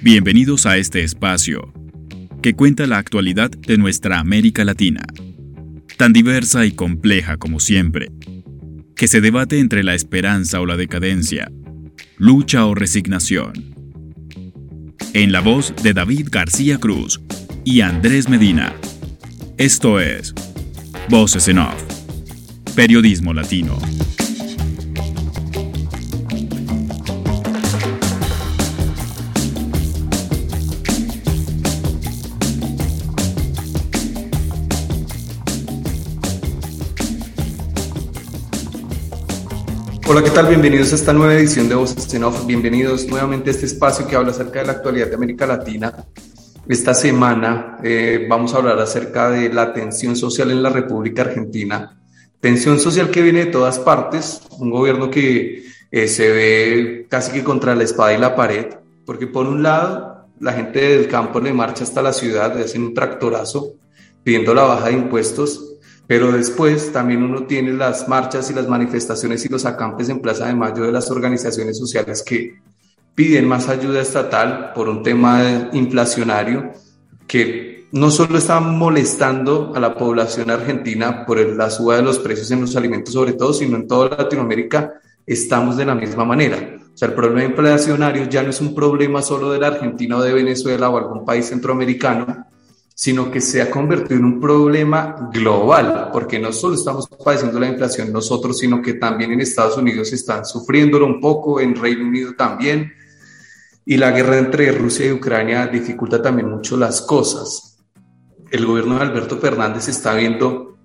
Bienvenidos a este espacio, que cuenta la actualidad de nuestra América Latina, tan diversa y compleja como siempre, que se debate entre la esperanza o la decadencia, lucha o resignación. En la voz de David García Cruz y Andrés Medina, esto es Voces en Off, Periodismo Latino. Hola, ¿qué tal? Bienvenidos a esta nueva edición de Voces en Off. Bienvenidos nuevamente a este espacio que habla acerca de la actualidad de América Latina. Esta semana vamos a hablar acerca de la tensión social en la República Argentina. Tensión social que viene de todas partes, un gobierno que se ve casi que contra la espada y la pared, porque por un lado la gente del campo le marcha hasta la ciudad, le hacen un tractorazo pidiendo la baja de impuestos. Pero después también uno tiene las marchas y las manifestaciones y los acampes en Plaza de Mayo de las organizaciones sociales que piden más ayuda estatal por un tema inflacionario que no solo está molestando a la población argentina por la suba de los precios en los alimentos sobre todo, sino en toda Latinoamérica estamos de la misma manera. O sea, el problema inflacionario ya no es un problema solo de la Argentina o de Venezuela o algún país centroamericano, sino que se ha convertido en un problema global, porque no solo estamos padeciendo la inflación nosotros, sino que también en Estados Unidos están sufriéndolo un poco, en Reino Unido también, y la guerra entre Rusia y Ucrania dificulta también mucho las cosas. El gobierno de Alberto Fernández está viendo,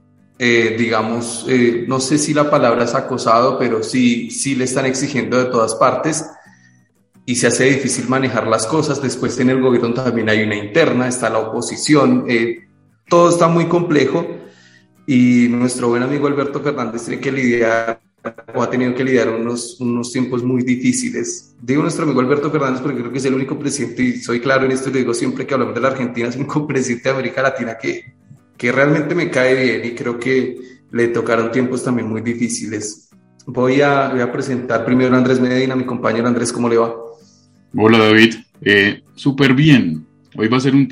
no sé si la palabra es acosado, pero sí le están exigiendo de todas partes, y se hace difícil manejar las cosas. Después en el gobierno también hay una interna, está la oposición, todo está muy complejo y nuestro buen amigo Alberto Fernández tiene que lidiar o ha tenido que lidiar unos tiempos muy difíciles. Digo nuestro amigo Alberto Fernández porque creo que es el único presidente, y soy claro en esto y lo digo siempre que hablamos de la Argentina, es un único presidente de América Latina que realmente me cae bien y creo que le tocaron tiempos también muy difíciles. Voy a presentar primero a Andrés Medina, mi compañero. Andrés, ¿cómo le va? Hola David, súper bien. Hoy va a ser un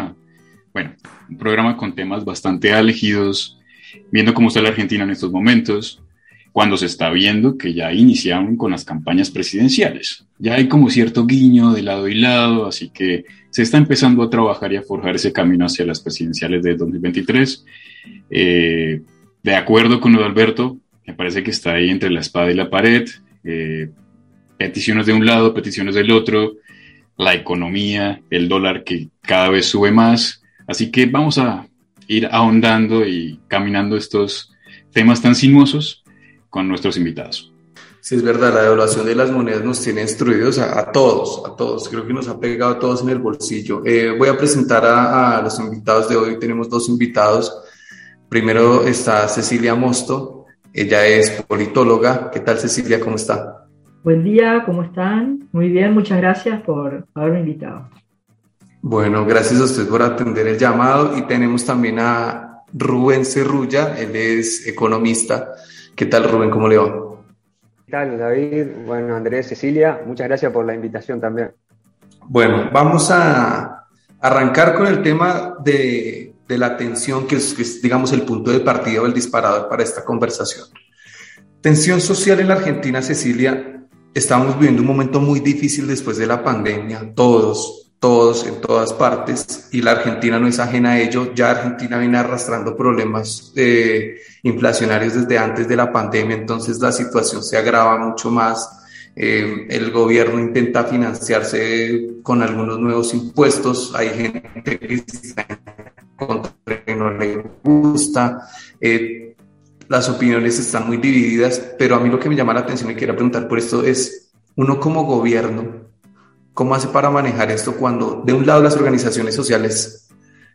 programa con temas bastante álgidos, viendo cómo está la Argentina en estos momentos, cuando se está viendo que ya iniciaron con las campañas presidenciales. Ya hay como cierto guiño de lado y lado, así que se está empezando a trabajar y a forjar ese camino hacia las presidenciales de 2023. De acuerdo con lo de Alberto, me parece que está ahí entre la espada y la pared. Peticiones de un lado, peticiones del otro, la economía, el dólar que cada vez sube más. Así que vamos a ir ahondando y caminando estos temas tan sinuosos con nuestros invitados. Sí, es verdad, la devaluación de las monedas nos tiene instruidos a todos. Creo que nos ha pegado a todos en el bolsillo. Voy a presentar a los invitados de hoy. Tenemos dos invitados. Primero está Cecilia Mosto. Ella es politóloga. ¿Qué tal, Cecilia? ¿Cómo está? Buen día, ¿cómo están? Muy bien, muchas gracias por haberme invitado. Bueno, gracias a usted por atender el llamado. Y tenemos también a Rubén Cerrulla, él es economista. ¿Qué tal, Rubén? ¿Cómo le va? ¿Qué tal, David? Bueno, Andrés, Cecilia, muchas gracias por la invitación también. Bueno, vamos a arrancar con el tema de la tensión, que es, digamos, el punto de partida o el disparador para esta conversación. Tensión social en la Argentina, Cecilia. Estamos viviendo un momento muy difícil después de la pandemia, todos en todas partes, y la Argentina no es ajena a ello. Ya Argentina viene arrastrando problemas inflacionarios desde antes de la pandemia, entonces la situación se agrava mucho más. El gobierno intenta financiarse con algunos nuevos impuestos, hay gente que está en contra y no le gusta. Las opiniones están muy divididas, pero a mí lo que me llama la atención y quería preguntar por esto es, uno como gobierno, ¿cómo hace para manejar esto cuando de un lado las organizaciones sociales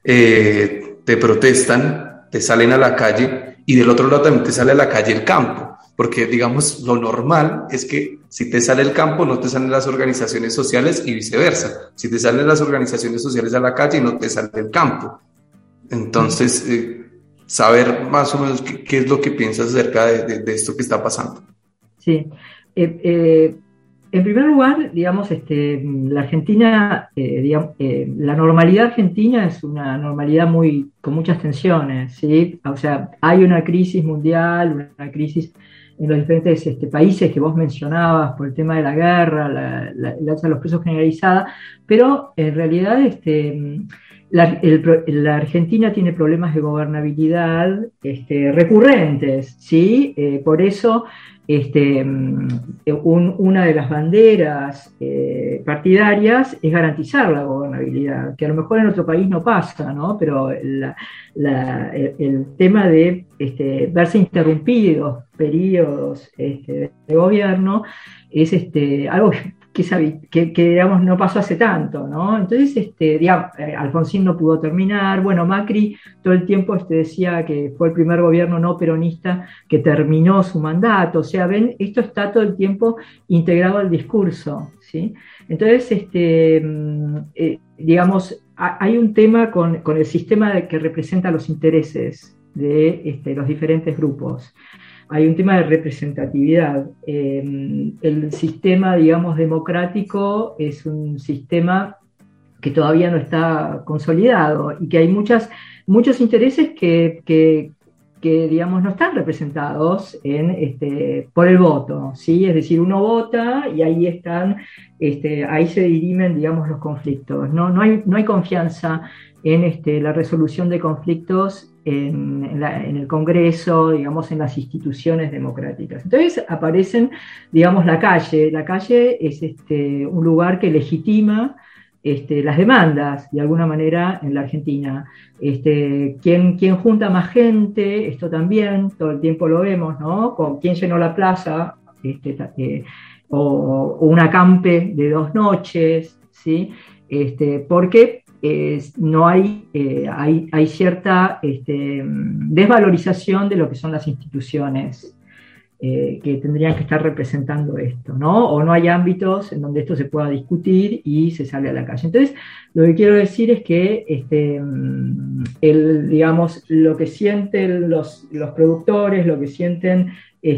te protestan, te salen a la calle, y del otro lado también te sale a la calle el campo? Porque, digamos, lo normal es que si te sale el campo, no te salen las organizaciones sociales y viceversa. Si te salen las organizaciones sociales a la calle, no te sale el campo. Entonces, saber más o menos qué es lo que piensas acerca de esto que está pasando. Sí, En primer lugar, digamos, la Argentina, la normalidad argentina es una normalidad con muchas tensiones, ¿sí? O sea, hay una crisis mundial, una crisis en los diferentes países que vos mencionabas por el tema de la guerra, la alza de los precios generalizada, pero en realidad la Argentina tiene problemas de gobernabilidad recurrentes, ¿sí? Por eso una de las banderas partidarias es garantizar la gobernabilidad, que a lo mejor en otro país no pasa, ¿no? Pero el tema de verse interrumpidos periodos de gobierno es algo que digamos, no pasó hace tanto, ¿no? Entonces, digamos, Alfonsín no pudo terminar, bueno, Macri todo el tiempo decía que fue el primer gobierno no peronista que terminó su mandato, o sea, ven, esto está todo el tiempo integrado al discurso, ¿sí? Entonces, digamos, hay un tema con el sistema que representa los intereses de los diferentes grupos. Hay un tema de representatividad. El sistema, digamos, democrático es un sistema que todavía no está consolidado y que hay muchos intereses que digamos, no están representados por el voto, ¿sí? Es decir, uno vota y ahí ahí se dirimen, digamos, los conflictos. No hay confianza en la resolución de conflictos en el Congreso, digamos, en las instituciones democráticas. Entonces aparecen, digamos, la calle. La calle es un lugar que legitima las demandas, de alguna manera, en la Argentina. ¿Quién junta más gente? Esto también, todo el tiempo lo vemos, ¿no? ¿Quién llenó la plaza? O un acampe de 2 noches, ¿sí? Porque no hay cierta desvalorización de lo que son las instituciones que tendrían que estar representando esto, ¿no? O no hay ámbitos en donde esto se pueda discutir y se sale a la calle. Entonces, lo que quiero decir es que, digamos, lo que sienten los productores, lo que sienten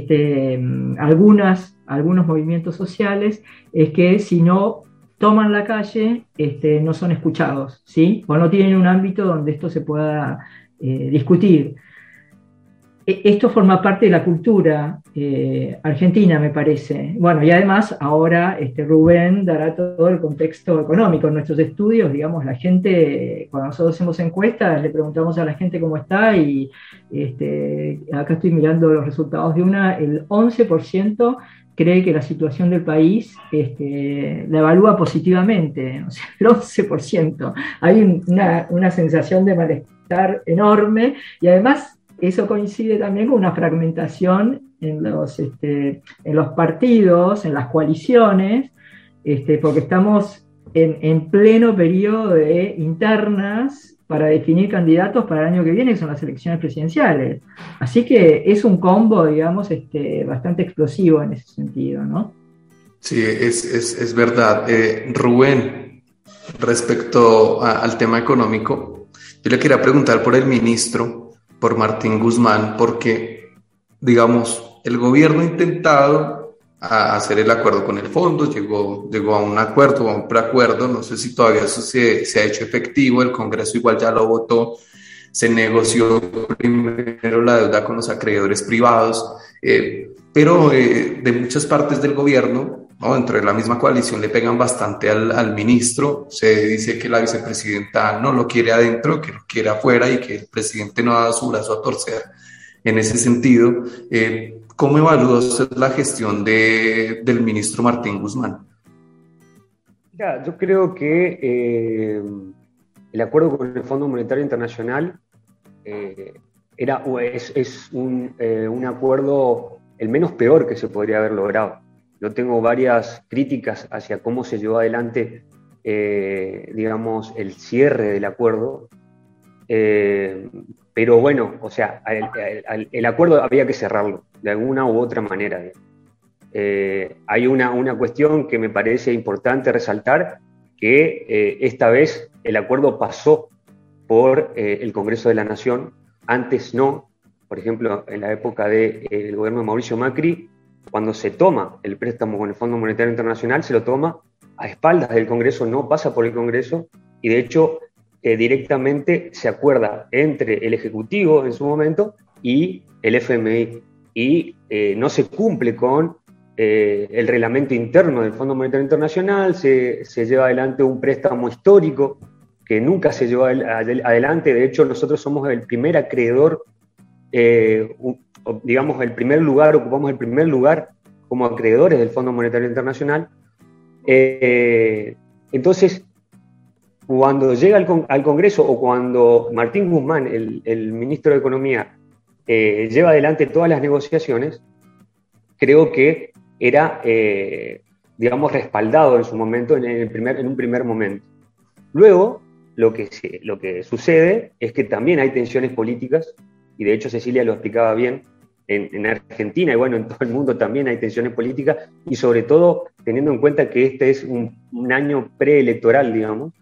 algunos movimientos sociales, es que si no toman la calle, no son escuchados, ¿sí? O no tienen un ámbito donde esto se pueda discutir. Esto forma parte de la cultura argentina, me parece. Bueno, y además ahora Rubén dará todo el contexto económico. En nuestros estudios, digamos, la gente, cuando nosotros hacemos encuestas, le preguntamos a la gente cómo está y acá estoy mirando los resultados de el 11% cree que la situación del país la evalúa positivamente, o sea, el 11%. Hay una sensación de malestar enorme y además eso coincide también con una fragmentación en los partidos, en las coaliciones, porque estamos en pleno periodo de internas para definir candidatos para el año que viene, que son las elecciones presidenciales. Así que es un combo, digamos, bastante explosivo en ese sentido, ¿no? Sí, es verdad. Rubén, respecto al tema económico, yo le quería preguntar por el ministro, por Martín Guzmán, porque, digamos, el gobierno ha intentado hacer el acuerdo con el fondo, llegó a un acuerdo, a un preacuerdo, no sé si todavía eso se ha hecho efectivo, el Congreso igual ya lo votó, se negoció primero la deuda con los acreedores privados, pero de muchas partes del gobierno, ¿no? Dentro de la misma coalición le pegan bastante al ministro, se dice que la vicepresidenta no lo quiere adentro, que lo quiere afuera y que el presidente no ha dado su brazo a torcer en ese sentido. ¿Cómo evalúa usted la gestión del ministro Martín Guzmán? Mira, yo creo que el acuerdo con el Fondo Monetario Internacional es un acuerdo el menos peor que se podría haber logrado. Yo tengo varias críticas hacia cómo se llevó adelante, digamos, el cierre del acuerdo, pero bueno, o sea, el acuerdo había que cerrarlo de alguna u otra manera. Hay una cuestión que me parece importante resaltar, que esta vez el acuerdo pasó por el Congreso de la Nación, antes no. Por ejemplo, en la época del gobierno de Mauricio Macri, cuando se toma el préstamo con el Fondo Monetario Internacional, se lo toma a espaldas del Congreso, no pasa por el Congreso, y de hecho directamente se acuerda entre el Ejecutivo en su momento y el FMI, y no se cumple con el reglamento interno del Fondo Monetario Internacional, se lleva adelante un préstamo histórico que nunca se llevó adelante. De hecho, nosotros somos el primer acreedor, digamos, ocupamos el primer lugar como acreedores del Fondo Monetario Internacional. Entonces, cuando llega al Congreso, o cuando Martín Guzmán, el ministro de Economía, lleva adelante todas las negociaciones, creo que era, digamos, respaldado en su momento, en un primer momento. Luego, lo que sucede es que también hay tensiones políticas, y de hecho Cecilia lo explicaba bien, en Argentina y bueno, en todo el mundo también hay tensiones políticas, y sobre todo teniendo en cuenta que este es un año preelectoral, digamos.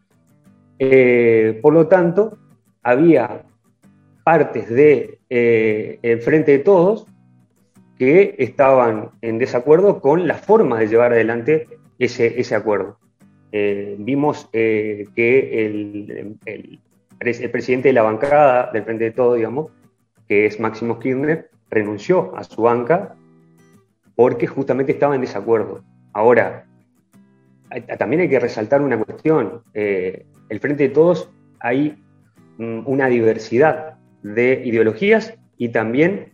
Por lo tanto, había partes del Frente de Todos que estaban en desacuerdo con la forma de llevar adelante ese acuerdo. Vimos que el presidente de la bancada del Frente de Todos, digamos, que es Máximo Kirchner, renunció a su banca porque justamente estaba en desacuerdo. Ahora, también hay que resaltar una cuestión. El Frente de Todos hay una diversidad de ideologías y también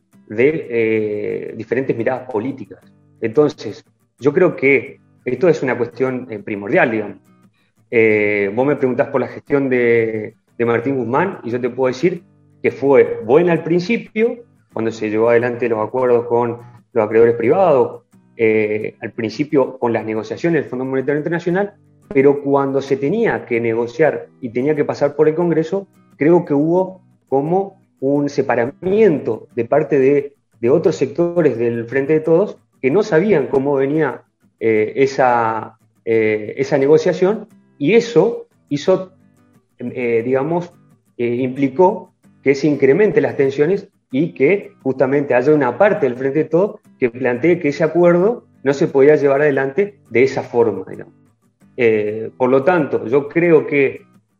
de diferentes miradas políticas. Entonces, yo creo que esto es una cuestión primordial, digamos. Vos me preguntás por la gestión de Martín Guzmán, y yo te puedo decir que fue buena al principio, cuando se llevó adelante los acuerdos con los acreedores privados, al principio con las negociaciones del Fondo Monetario Internacional, pero cuando se tenía que negociar y tenía que pasar por el Congreso, creo que hubo como un separamiento de parte de otros sectores del Frente de Todos que no sabían cómo venía esa negociación, y eso hizo, digamos, implicó que se incrementen las tensiones y que justamente haya una parte del Frente de Todos que plantee que ese acuerdo no se podía llevar adelante de esa forma, digamos. Por lo tanto, yo creo que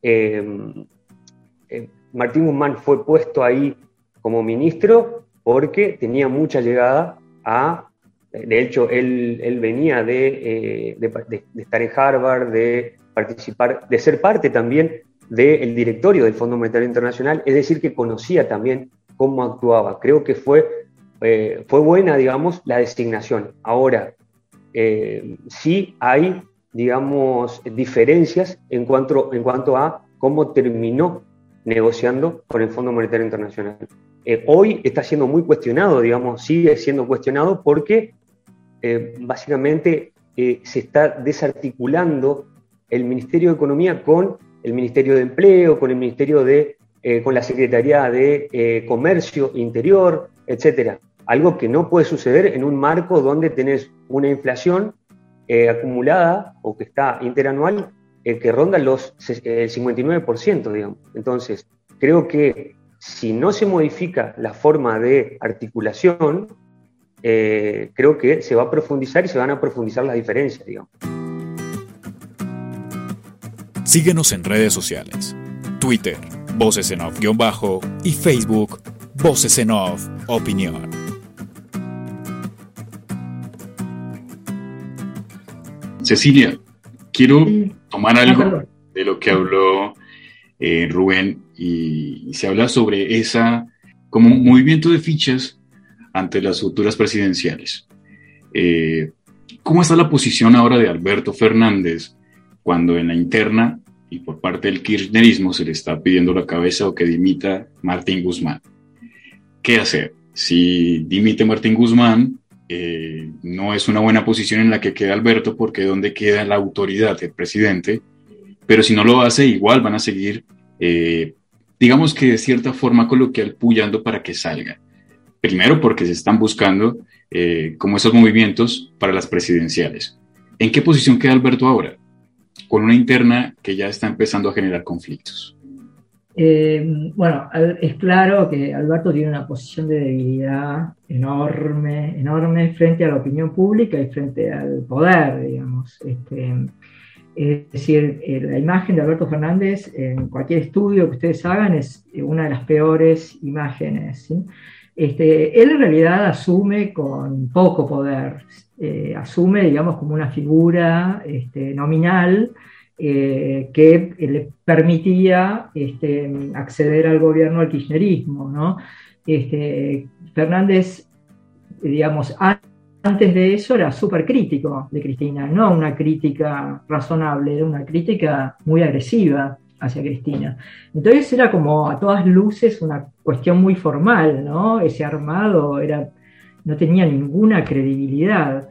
Martín Guzmán fue puesto ahí como ministro porque tenía mucha llegada de hecho, él venía de estar en Harvard, de participar, de ser parte también del directorio del Fondo Monetario Internacional, es decir, que conocía también cómo actuaba. Creo que fue buena, digamos, la designación. Ahora, sí hay, digamos, diferencias en cuanto a cómo terminó negociando con el Fondo Monetario Internacional. Hoy está siendo muy cuestionado, digamos, sigue siendo cuestionado porque básicamente se está desarticulando el Ministerio de Economía con el Ministerio de Empleo, con el Ministerio con la Secretaría de Comercio Interior, etcétera. Algo que no puede suceder en un marco donde tenés una inflación acumulada o que está interanual que ronda el 59%, digamos. Entonces, creo que si no se modifica la forma de articulación, creo que se va a profundizar y se van a profundizar las diferencias, digamos. Síguenos en redes sociales: Twitter, Voces en Off_ y Facebook, Voces en Off Opinión. Cecilia, quiero tomar algo de lo que habló Rubén, y se habla sobre como un movimiento de fichas ante las futuras presidenciales. ¿Cómo está la posición ahora de Alberto Fernández cuando en la interna y por parte del kirchnerismo se le está pidiendo la cabeza o que dimita Martín Guzmán? ¿Qué hacer? Si dimite Martín Guzmán, no es una buena posición en la que queda Alberto, porque ¿dónde queda la autoridad del presidente? Pero si no lo hace, igual van a seguir, digamos que de cierta forma coloquial, puyando para que salga. Primero porque se están buscando como esos movimientos para las presidenciales. ¿En qué posición queda Alberto ahora? Con una interna que ya está empezando a generar conflictos. Bueno, es claro que Alberto tiene una posición de debilidad enorme, enorme frente a la opinión pública y frente al poder, digamos. Es decir, la imagen de Alberto Fernández en cualquier estudio que ustedes hagan es una de las peores imágenes, ¿sí? Él en realidad asume con poco poder, asume, digamos, como una figura nominal que le permitía acceder al gobierno, al kirchnerismo, ¿no? Fernández, digamos, antes de eso era súper crítico de Cristina, no una crítica razonable, era una crítica muy agresiva hacia Cristina. Entonces era como a todas luces una cuestión muy formal, ¿no? Ese armado no tenía ninguna credibilidad.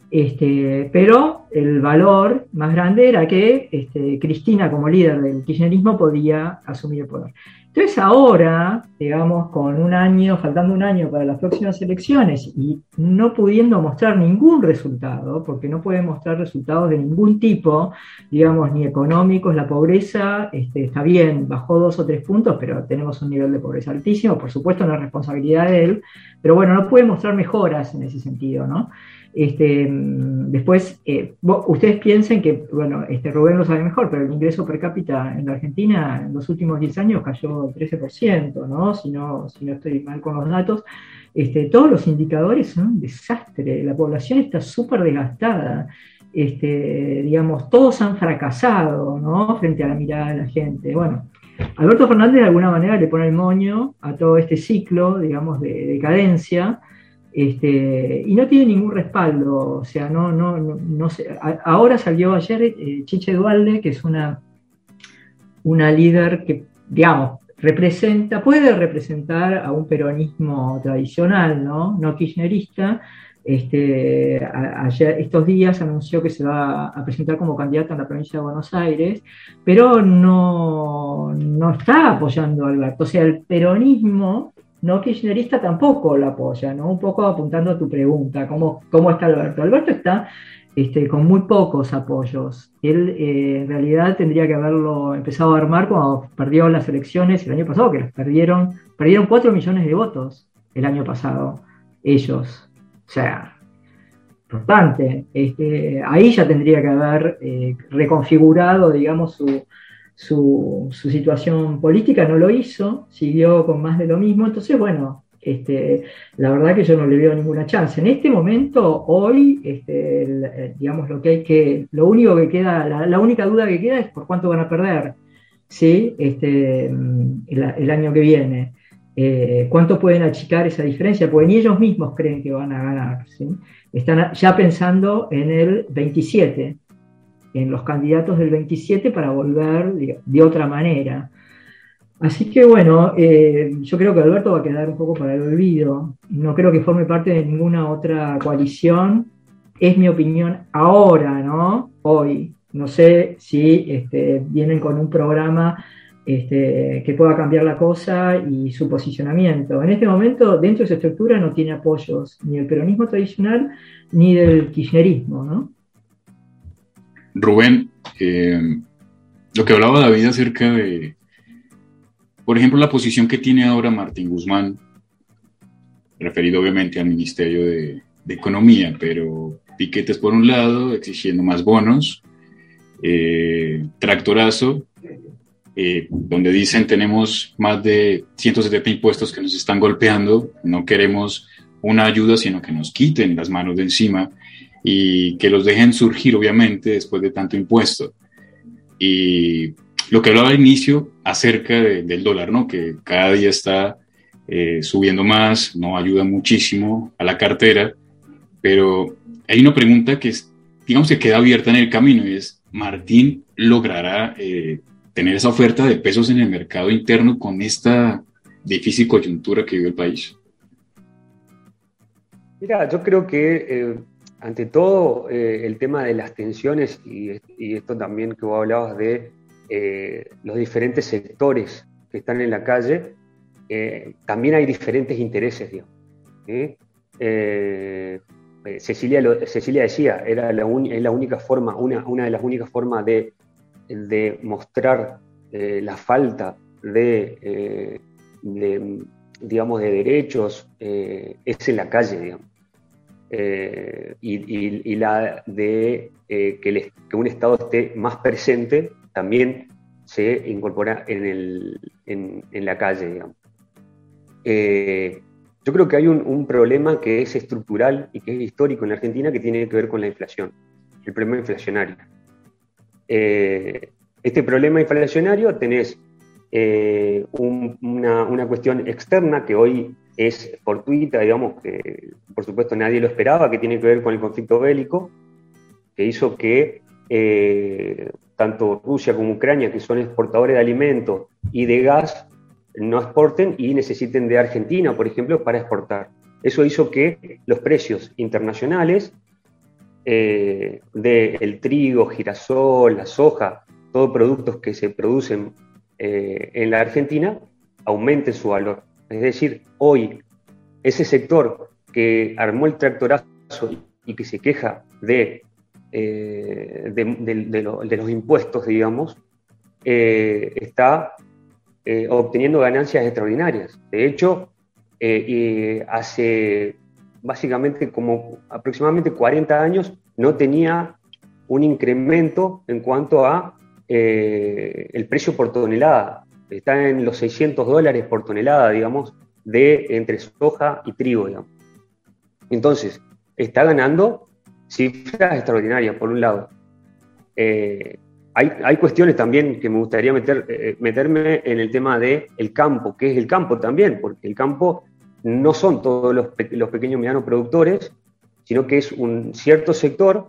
Pero el valor más grande era que Cristina, como líder del kirchnerismo, podía asumir el poder. Entonces ahora, digamos, faltando un año para las próximas elecciones y no pudiendo mostrar ningún resultado, porque no puede mostrar resultados de ningún tipo, digamos, ni económicos, la pobreza está bien, bajó 2 o 3 puntos, pero tenemos un nivel de pobreza altísimo, por supuesto no es responsabilidad de él, pero bueno, no puede mostrar mejoras en ese sentido, ¿no? Después, ustedes piensen que, bueno, Rubén lo sabe mejor, pero el ingreso per cápita en la Argentina en los últimos 10 años cayó 13%, ¿no? Si no estoy mal con los datos. Todos los indicadores son un desastre, la población está súper desgastada, digamos, todos han fracasado, ¿no? Frente a la mirada de la gente. Bueno, Alberto Fernández de alguna manera le pone el moño a todo este ciclo, digamos, de decadencia. Y no tiene ningún respaldo, o sea, no sé. Ahora salió ayer Chiche Dualde, que es una líder que, digamos, puede representar a un peronismo tradicional, no kirchnerista. Ayer, estos días anunció que se va a presentar como candidata en la provincia de Buenos Aires, pero no está apoyando a Alberto, o sea, el peronismo no kirchnerista tampoco lo apoya, ¿no? Un poco apuntando a tu pregunta, ¿cómo está Alberto? Alberto está con muy pocos apoyos. Él en realidad tendría que haberlo empezado a armar cuando perdió las elecciones el año pasado, que las perdieron 4 millones de votos el año pasado, ellos. O sea, importante. Ahí ya tendría que haber reconfigurado, digamos, su situación política, no lo hizo, siguió con más de lo mismo. Entonces, bueno, la verdad que yo no le veo ninguna chance. En este momento, hoy, digamos, lo único que queda, la única duda que queda es por cuánto van a perder, ¿sí? El año que viene. ¿Cuánto pueden achicar esa diferencia? Porque ni ellos mismos creen que van a ganar, ¿sí? Están ya pensando en el 27, en los candidatos del 27 para volver de otra manera. Así que bueno, yo creo que Alberto va a quedar un poco para el olvido. No creo que forme parte de ninguna otra coalición. Es mi opinión ahora, ¿no? Hoy. No sé si vienen con un programa que pueda cambiar la cosa y su posicionamiento. En este momento, dentro de su estructura no tiene apoyos ni del peronismo tradicional ni del kirchnerismo, ¿no? Rubén, lo que hablaba David acerca de, por ejemplo, la posición que tiene ahora Martín Guzmán, referido obviamente al Ministerio de Economía, pero piquetes por un lado, exigiendo más bonos, tractorazo, donde dicen tenemos más de 170 impuestos que nos están golpeando, no queremos una ayuda, sino que nos quiten las manos de encima y que los dejen surgir, obviamente, después de tanto impuesto. Y lo que hablaba al inicio acerca del dólar, ¿no? Que cada día está subiendo más, no ayuda muchísimo a la cartera, pero hay una pregunta que digamos que queda abierta en el camino y es, ¿Martín logrará tener esa oferta de pesos en el mercado interno con esta difícil coyuntura que vive el país? Mira, yo creo que ante todo el tema de las tensiones y esto también que vos hablabas de los diferentes sectores que están en la calle, también hay diferentes intereses, digamos, ¿sí? Cecilia decía, es la única forma, una de las únicas formas de mostrar la falta digamos, de derechos es en la calle, digamos. Y la de que un Estado esté más presente también se incorpora en la calle, digamos. Yo creo que hay un problema que es estructural y que es histórico en la Argentina, que tiene que ver con la inflación, el problema inflacionario. Este problema inflacionario tenés una cuestión externa que hoy es fortuita, digamos, que por supuesto nadie lo esperaba, que tiene que ver con el conflicto bélico, que hizo que tanto Rusia como Ucrania, que son exportadores de alimentos y de gas, no exporten y necesiten de Argentina, por ejemplo, para exportar. Eso hizo que los precios internacionales del trigo, girasol, la soja, todos productos que se producen en la Argentina, aumenten su valor. Es decir, hoy ese sector que armó el tractorazo y que se queja de los impuestos, digamos, está obteniendo ganancias extraordinarias. De hecho, hace básicamente como aproximadamente 40 años no tenía un incremento en cuanto a el precio por tonelada. Está en los $600 por tonelada, digamos, entre soja y trigo, digamos. Entonces, está ganando cifras extraordinarias, por un lado. Hay cuestiones también que me gustaría meterme en el tema del campo, que es el campo también, porque el campo no son todos los pequeños y medianos productores, sino que es un cierto sector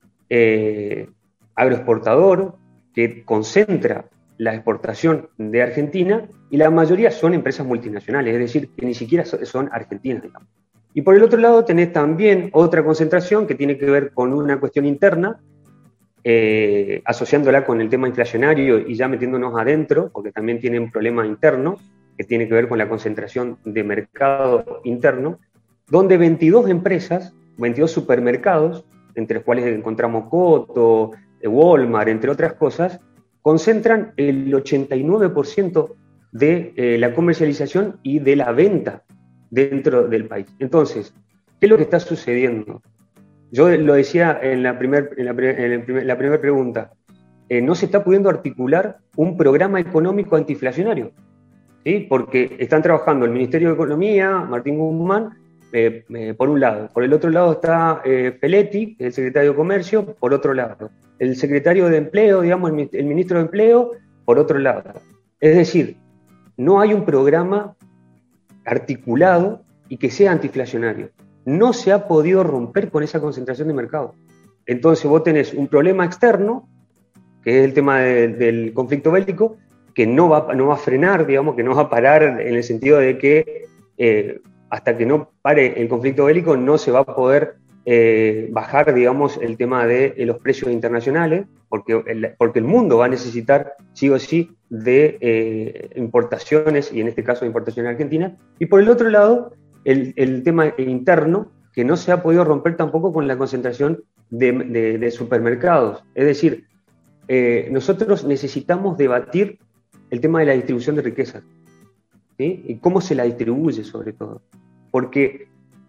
agroexportador que concentra la exportación de Argentina, y la mayoría son empresas multinacionales, es decir, que ni siquiera son argentinas, digamos. Y por el otro lado tenés también otra concentración que tiene que ver con una cuestión interna, asociándola con el tema inflacionario y ya metiéndonos adentro, porque también tiene un problema interno, que tiene que ver con la concentración de mercado interno, donde 22 empresas, 22 supermercados, entre los cuales encontramos Coto, Walmart, entre otras cosas, concentran el 89% de la comercialización y de la venta dentro del país. Entonces, ¿qué es lo que está sucediendo? Yo lo decía en la primera pregunta, no se está pudiendo articular un programa económico antiinflacionario, ¿sí? Porque están trabajando el Ministerio de Economía, Martín Guzmán, por un lado. Por el otro lado está Feletti, el secretario de Comercio, por otro lado. El secretario de Empleo, digamos, el ministro de Empleo, por otro lado. Es decir, no hay un programa articulado y que sea antiinflacionario. No se ha podido romper con esa concentración de mercado. Entonces vos tenés un problema externo, que es el tema del conflicto bélico, que no va a frenar, digamos, que no va a parar en el sentido de que hasta que no pare el conflicto bélico no se va a poder bajar, digamos, el tema de los precios internacionales, porque el mundo va a necesitar sí o sí de importaciones, y en este caso de importaciones argentinas. Y por el otro lado, el tema interno, que no se ha podido romper tampoco con la concentración de supermercados. Es decir, nosotros necesitamos debatir el tema de la distribución de riquezas, ¿sí? Y cómo se la distribuye, sobre todo. Porque,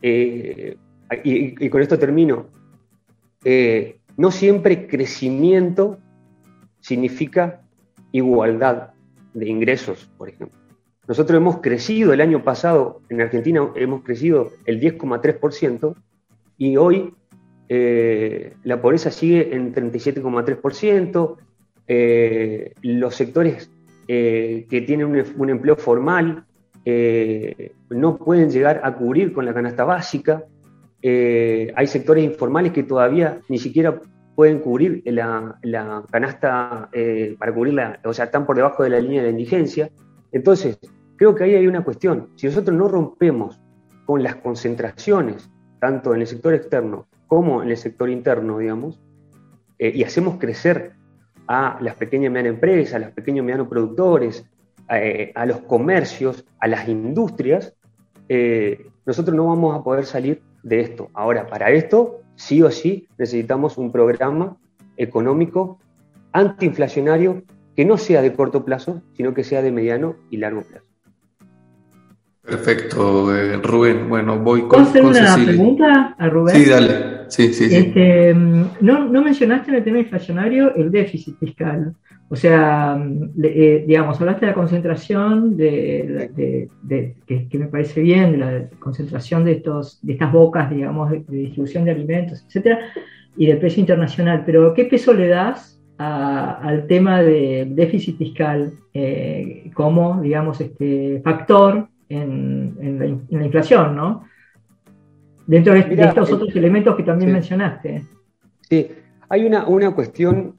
y con esto termino, no siempre crecimiento significa igualdad de ingresos, por ejemplo. Nosotros hemos crecido el año pasado, en Argentina hemos crecido el 10,3%, y hoy la pobreza sigue en 37,3%, los sectores que tienen un empleo formal no pueden llegar a cubrir con la canasta básica, hay sectores informales que todavía ni siquiera pueden cubrir la canasta para cubrirla, o sea, están por debajo de la línea de indigencia. Entonces, creo que ahí hay una cuestión. Si nosotros no rompemos con las concentraciones, tanto en el sector externo como en el sector interno, digamos, y hacemos crecer a las pequeñas y medianas empresas, a los pequeños y medianos productores, a los comercios, a las industrias, nosotros no vamos a poder salir de esto. Ahora, para esto, sí o sí, necesitamos un programa económico antiinflacionario que no sea de corto plazo, sino que sea de mediano y largo plazo. Perfecto, Rubén. Bueno, voy ¿Puedo hacer una Cecilia. Pregunta a Rubén? Sí, dale. Sí. No mencionaste en el tema inflacionario el déficit fiscal. O sea, digamos, hablaste de la concentración, que me parece bien, de la concentración de estas bocas, digamos, de distribución de alimentos, etcétera, y del precio internacional. Pero, ¿qué peso le das al tema del déficit fiscal como, digamos, factor en la inflación, ¿no? Dentro de estos otros elementos que también mencionaste. Sí, hay una cuestión,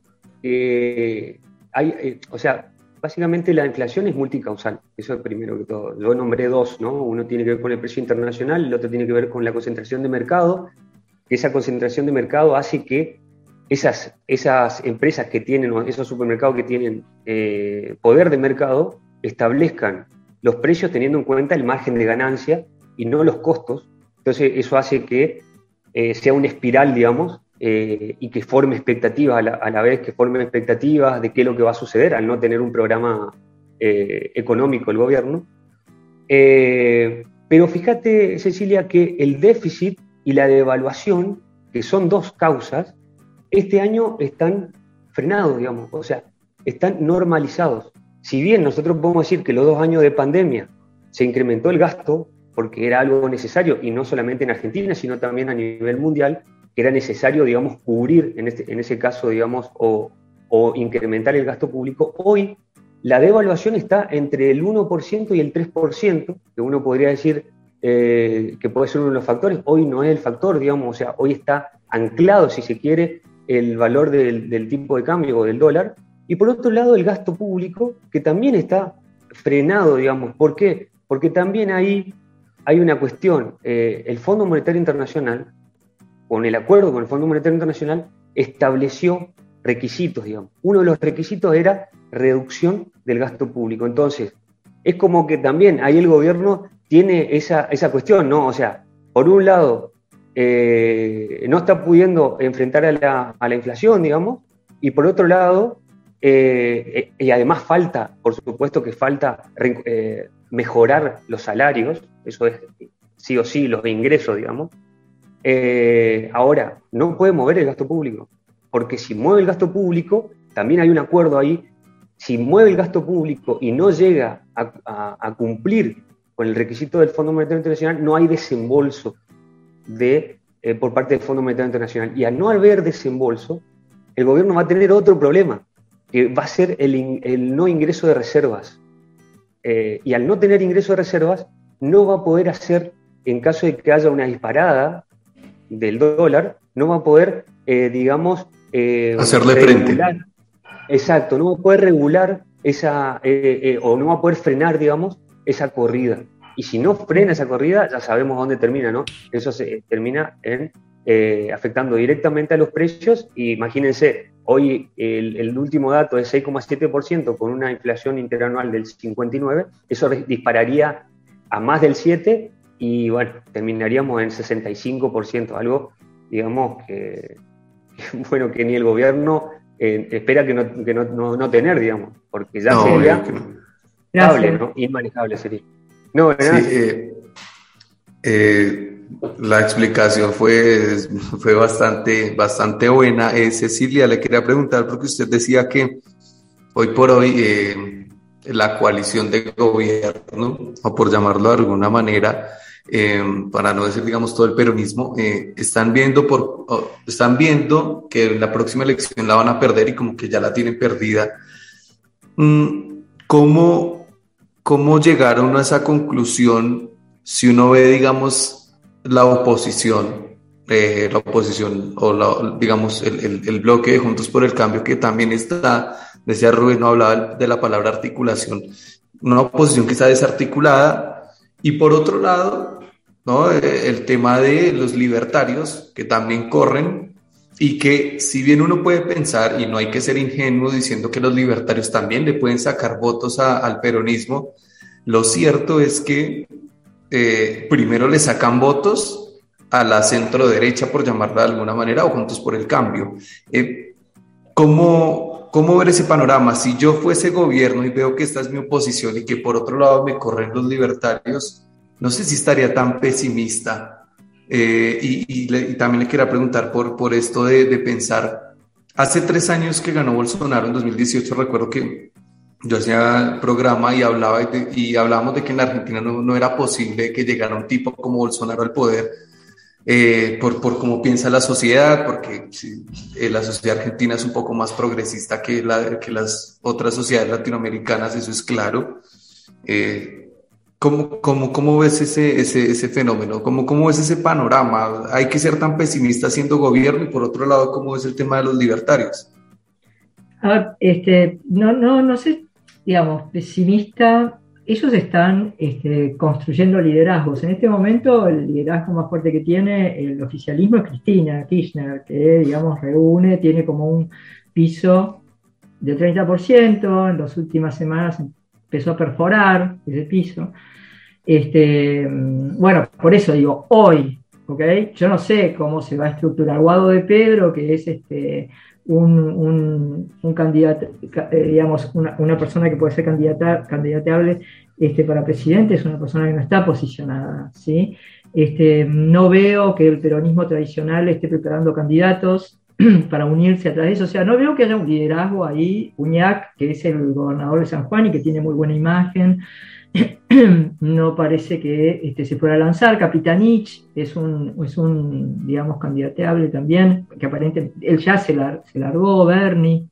o sea, básicamente la inflación es multicausal, eso es primero que todo. Yo nombré dos, ¿no? Uno tiene que ver con el precio internacional, el otro tiene que ver con la concentración de mercado. Esa concentración de mercado hace que esas empresas que tienen, o esos supermercados que tienen poder de mercado, establezcan los precios teniendo en cuenta el margen de ganancia y no los costos. Entonces eso hace que sea una espiral, digamos, y que forme expectativas a la vez, que forme expectativas de qué es lo que va a suceder al no tener un programa económico el gobierno. Pero fíjate, Cecilia, que el déficit y la devaluación, que son dos causas, este año están frenados, digamos, o sea, están normalizados. Si bien nosotros podemos decir que los 2 años de pandemia se incrementó el gasto, porque era algo necesario, y no solamente en Argentina, sino también a nivel mundial, que era necesario, digamos, cubrir en ese caso, digamos, o incrementar el gasto público. Hoy la devaluación está entre el 1% y el 3%, que uno podría decir que puede ser uno de los factores. Hoy no es el factor, digamos, o sea, hoy está anclado, si se quiere, el valor del tipo de cambio o del dólar. Y por otro lado, el gasto público, que también está frenado, digamos. ¿Por qué? Porque también ahí hay una cuestión. El Fondo Monetario Internacional, con el acuerdo con el Fondo Monetario Internacional, estableció requisitos, digamos. Uno de los requisitos era reducción del gasto público. Entonces, es como que también ahí el gobierno tiene esa cuestión, ¿no? O sea, por un lado, no está pudiendo enfrentar a la inflación, digamos, y por otro lado, y además falta, por supuesto que falta mejorar los salarios, eso es sí o sí, los ingresos, digamos. Ahora, no puede mover el gasto público, porque si mueve el gasto público, también hay un acuerdo ahí, si mueve el gasto público y no llega a cumplir con el requisito del Fondo Monetario Internacional, no hay desembolso por parte del Fondo Monetario Internacional. Y al no haber desembolso, el gobierno va a tener otro problema, que va a ser el no ingreso de reservas. Y al no tener ingreso de reservas, no va a poder hacer, en caso de que haya una disparada del dólar, no va a poder, digamos, hacerle regular, frente. Exacto, no va a poder regular o no va a poder frenar, digamos, esa corrida. Y si no frena esa corrida, ya sabemos dónde termina, ¿no? Eso se termina afectando directamente a los precios. Y imagínense, hoy el último dato es 6,7% con una inflación interanual del 59%, eso dispararía a más del 7%, y bueno, terminaríamos en 65%, algo, digamos, que bueno, que ni el gobierno espera que no tener, digamos, porque ya sería inmanejable, ¿no? Inmanejable sería. No, sí, la explicación fue bastante buena. Cecilia, le quería preguntar, porque usted decía que hoy por hoy la coalición de gobierno, o por llamarlo de alguna manera, para no decir, digamos, todo el peronismo, están viendo que la próxima elección la van a perder y como que ya la tienen perdida. ¿Cómo llegaron a esa conclusión si uno ve, digamos, la oposición o digamos el bloque de Juntos por el Cambio, que también está, decía Rubén, no hablaba de la palabra articulación, una oposición que está desarticulada, y por otro lado, ¿no? El tema de los libertarios que también corren, y que si bien uno puede pensar, y no hay que ser ingenuo diciendo que los libertarios también le pueden sacar votos al peronismo, lo cierto es que primero le sacan votos a la centro derecha, por llamarla de alguna manera, o Juntos por el Cambio. ¿Cómo ¿Cómo ver ese panorama? Si yo fuese gobierno y veo que esta es mi oposición y que por otro lado me corren los libertarios, no sé si estaría tan pesimista. Y también le quería preguntar por esto de pensar, hace 3 años que ganó Bolsonaro, en 2018, recuerdo que yo hacía programa y hablábamos de que en la Argentina no era posible que llegara un tipo como Bolsonaro al poder, por cómo piensa la sociedad, porque la sociedad argentina es un poco más progresista que las otras sociedades latinoamericanas, eso es claro. ¿Cómo ves ese fenómeno? ¿Cómo ves ese panorama? ¿Hay que ser tan pesimista siendo gobierno? Y por otro lado, ¿cómo ves el tema de los libertarios? No sé, digamos, pesimista. Ellos están construyendo liderazgos. En este momento el liderazgo más fuerte que tiene el oficialismo es Cristina Kirchner, que digamos tiene como un piso de 30%, en las últimas semanas empezó a perforar ese piso. Bueno, por eso digo, hoy, ¿okay? Yo no sé cómo se va a estructurar Guado de Pedro, que es un candidato, digamos, una persona que puede ser candidatable para presidente, es una persona que no está posicionada, ¿sí? No veo que el peronismo tradicional esté preparando candidatos para unirse a través de eso, o sea, no veo que haya un liderazgo ahí. Uñac, que es el gobernador de San Juan y que tiene muy buena imagen, no parece que se pueda lanzar. Capitanich es un digamos, candidateable también, que aparentemente él ya se largó. Bernie.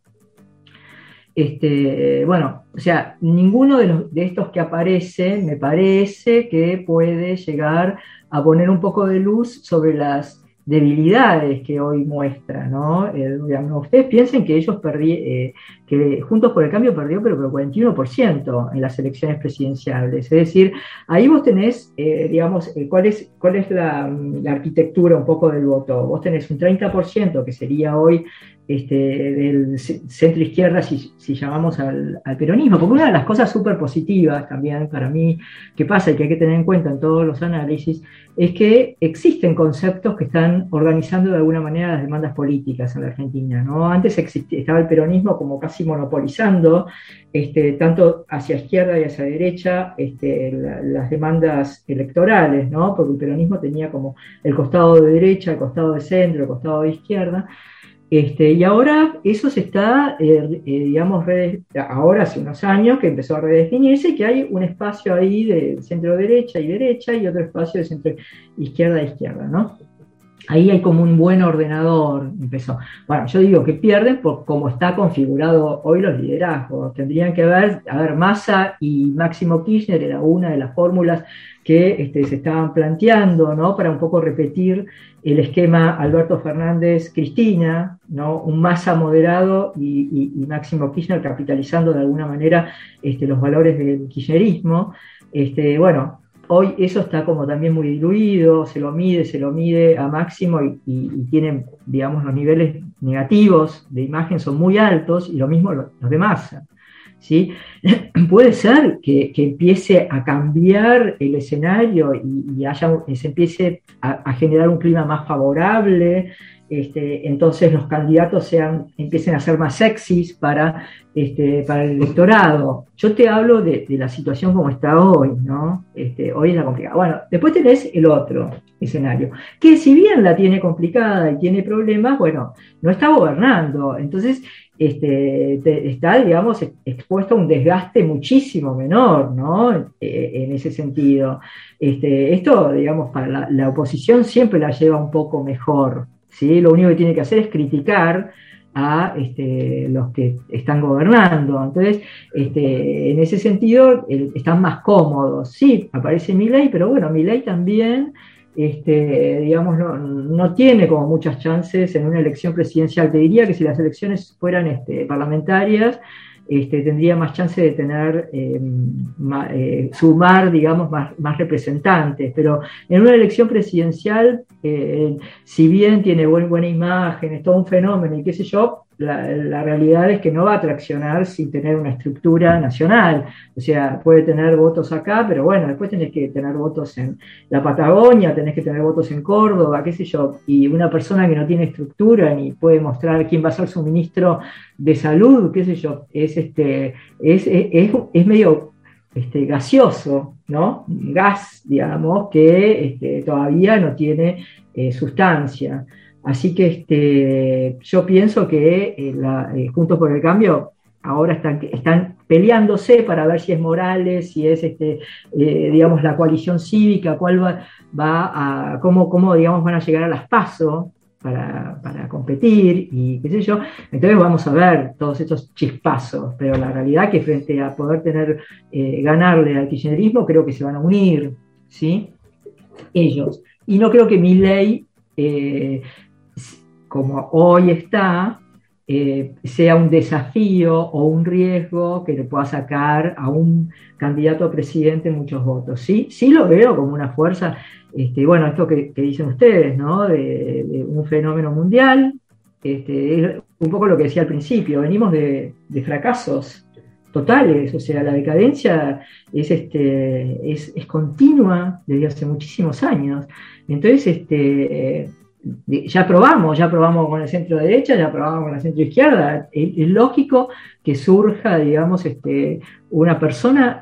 Bueno, o sea, ninguno de estos que aparece me parece que puede llegar a poner un poco de luz sobre las debilidades que hoy muestra, ¿no? Ustedes piensen que ellos que Juntos por el Cambio perdió, pero por 41% en las elecciones presidenciales. Es decir, ahí vos tenés, digamos, ¿cuál es la arquitectura un poco del voto? Vos tenés un 30% que sería hoy del centro izquierda, si llamamos al peronismo, porque una de las cosas súper positivas también para mí que pasa y que hay que tener en cuenta en todos los análisis es que existen conceptos que están organizando de alguna manera las demandas políticas en la Argentina, ¿no? Antes estaba el peronismo como casi monopolizando tanto hacia izquierda y hacia derecha las demandas electorales, ¿no? Porque el peronismo tenía como el costado de derecha, el costado de centro, el costado de izquierda. Y ahora eso se está, digamos, ahora hace unos años que empezó a redefinirse, que hay un espacio ahí de centro derecha y otro espacio de centro izquierda, ¿no? Ahí hay como un buen ordenador, empezó. Bueno, yo digo que pierden por cómo está configurado hoy los liderazgos. Tendrían que haber Massa y Máximo Kirchner, era una de las fórmulas que se estaban planteando, ¿no? Para un poco repetir el esquema Alberto Fernández-Cristina, ¿no? Un Massa moderado y Máximo Kirchner capitalizando de alguna manera los valores del kirchnerismo. Bueno, hoy eso está como también muy diluido, se lo mide a Máximo y tienen, digamos, los niveles negativos de imagen son muy altos, y lo mismo los de Massa, ¿sí? Puede ser que empiece a cambiar el escenario y se empiece a generar un clima más favorable, entonces los candidatos empiecen a ser más sexys para el electorado. Yo te hablo de la situación como está hoy, ¿no? Hoy es la complicada. Bueno, después tenés el otro escenario, que si bien la tiene complicada y tiene problemas, bueno, no está gobernando, entonces está, digamos, expuesto a un desgaste muchísimo menor, ¿no? En ese sentido. Esto, digamos, para la oposición siempre la lleva un poco mejor, ¿sí? Lo único que tiene que hacer es criticar a los que están gobernando. Entonces, en ese sentido, están más cómodos. Sí, aparece Milei, pero bueno, Milei también, digamos, no tiene como muchas chances en una elección presidencial. Te diría que si las elecciones fueran parlamentarias, tendría más chance de tener, sumar, digamos, más representantes, pero en una elección presidencial, si bien tiene buena imagen, es todo un fenómeno y qué sé yo, la realidad es que no va a traccionar sin tener una estructura nacional. O sea, puede tener votos acá, pero bueno, después tenés que tener votos en la Patagonia, tenés que tener votos en Córdoba, qué sé yo. Y una persona que no tiene estructura ni puede mostrar quién va a ser su ministro de salud, qué sé yo, es medio gaseoso, ¿no? Gas, digamos, que todavía no tiene sustancia. Así que yo pienso que Juntos por el Cambio ahora están peleándose para ver si es Morales, si es digamos, la coalición cívica, cómo digamos, van a llegar a las PASO para competir y qué sé yo. Entonces vamos a ver todos estos chispazos, pero la realidad es que frente a poder ganarle al kirchnerismo, creo que se van a unir, ¿sí? Ellos. Y no creo que Milei, como hoy está, sea un desafío o un riesgo que le pueda sacar a un candidato a presidente muchos votos. Sí, sí lo veo como una fuerza, bueno, esto que dicen ustedes, ¿no? De un fenómeno mundial, es un poco lo que decía al principio, venimos de fracasos totales, o sea, la decadencia es continua desde hace muchísimos años. Entonces, ya probamos con el centro derecha, ya probamos con la centro izquierda. Es lógico que surja, digamos, una persona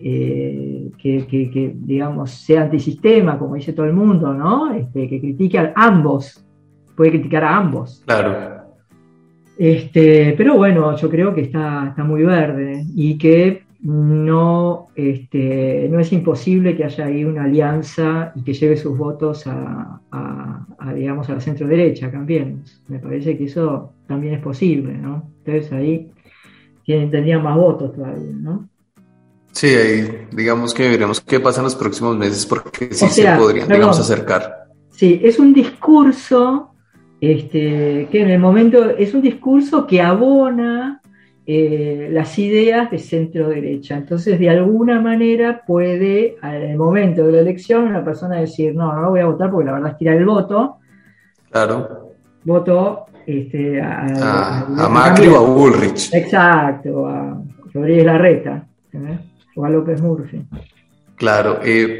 que, digamos, sea antisistema, como dice todo el mundo, ¿no? Que critique a ambos, puede criticar a ambos. Claro. Pero bueno, yo creo que está muy verde y que no es imposible que haya ahí una alianza y que lleve sus votos digamos, a la centro derecha, Cambiemos. Me parece que eso también es posible, ¿no? Entonces ahí tendrían más votos todavía, ¿no? Sí, ahí digamos que veremos qué pasa en los próximos meses, porque sí se podrían, perdón, digamos, acercar. Sí, es un discurso que en el momento es un discurso que abona las ideas de centro derecha. Entonces, de alguna manera puede, en el momento de la elección, una persona decir, no voy a votar porque la verdad es tirar el voto. Claro. Voto a Macri o a Bullrich. Exacto, a Rodríguez Larreta, ¿entendés? O a López Murphy. Claro.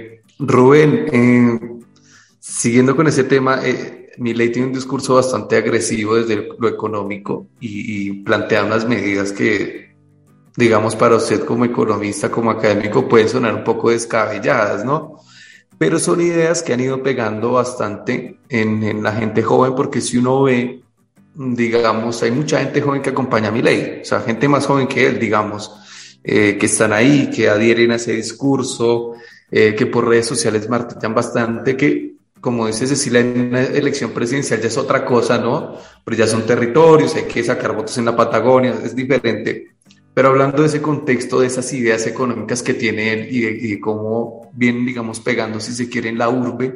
Rubén, siguiendo con ese tema, Milei tiene un discurso bastante agresivo desde lo económico y plantea unas medidas que, digamos, para usted como economista, como académico, pueden sonar un poco descabelladas, ¿no? Pero son ideas que han ido pegando bastante en la gente joven, porque si uno ve, digamos, hay mucha gente joven que acompaña a Milei, o sea, gente más joven que él, digamos, que están ahí, que adhieren a ese discurso, que por redes sociales martillan bastante, que como dice Cecilia, en una elección presidencial ya es otra cosa, ¿no? Pero ya son territorios, hay que sacar votos en la Patagonia, es diferente. Pero hablando de ese contexto, de esas ideas económicas que tiene él y de cómo vienen, digamos, pegando, si se quiere, en la urbe,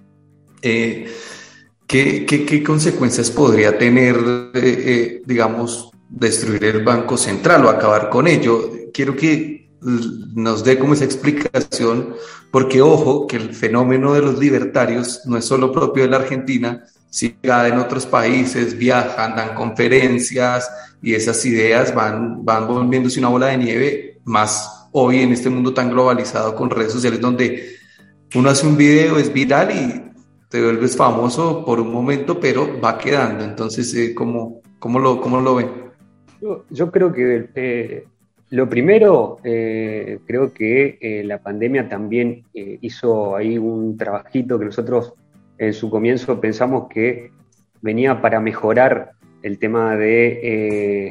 ¿qué consecuencias podría tener, digamos, destruir el Banco Central o acabar con ello? Quiero que nos dé como esa explicación, porque ojo, que el fenómeno de los libertarios no es solo propio de la Argentina, sino en otros países, viajan, dan conferencias y esas ideas van volviéndose una bola de nieve, más hoy en este mundo tan globalizado con redes sociales donde uno hace un video, es viral y te vuelves famoso por un momento, pero va quedando. Entonces, ¿cómo lo ven? Yo creo que lo primero, creo que la pandemia también hizo ahí un trabajito que nosotros en su comienzo pensamos que venía para mejorar el tema de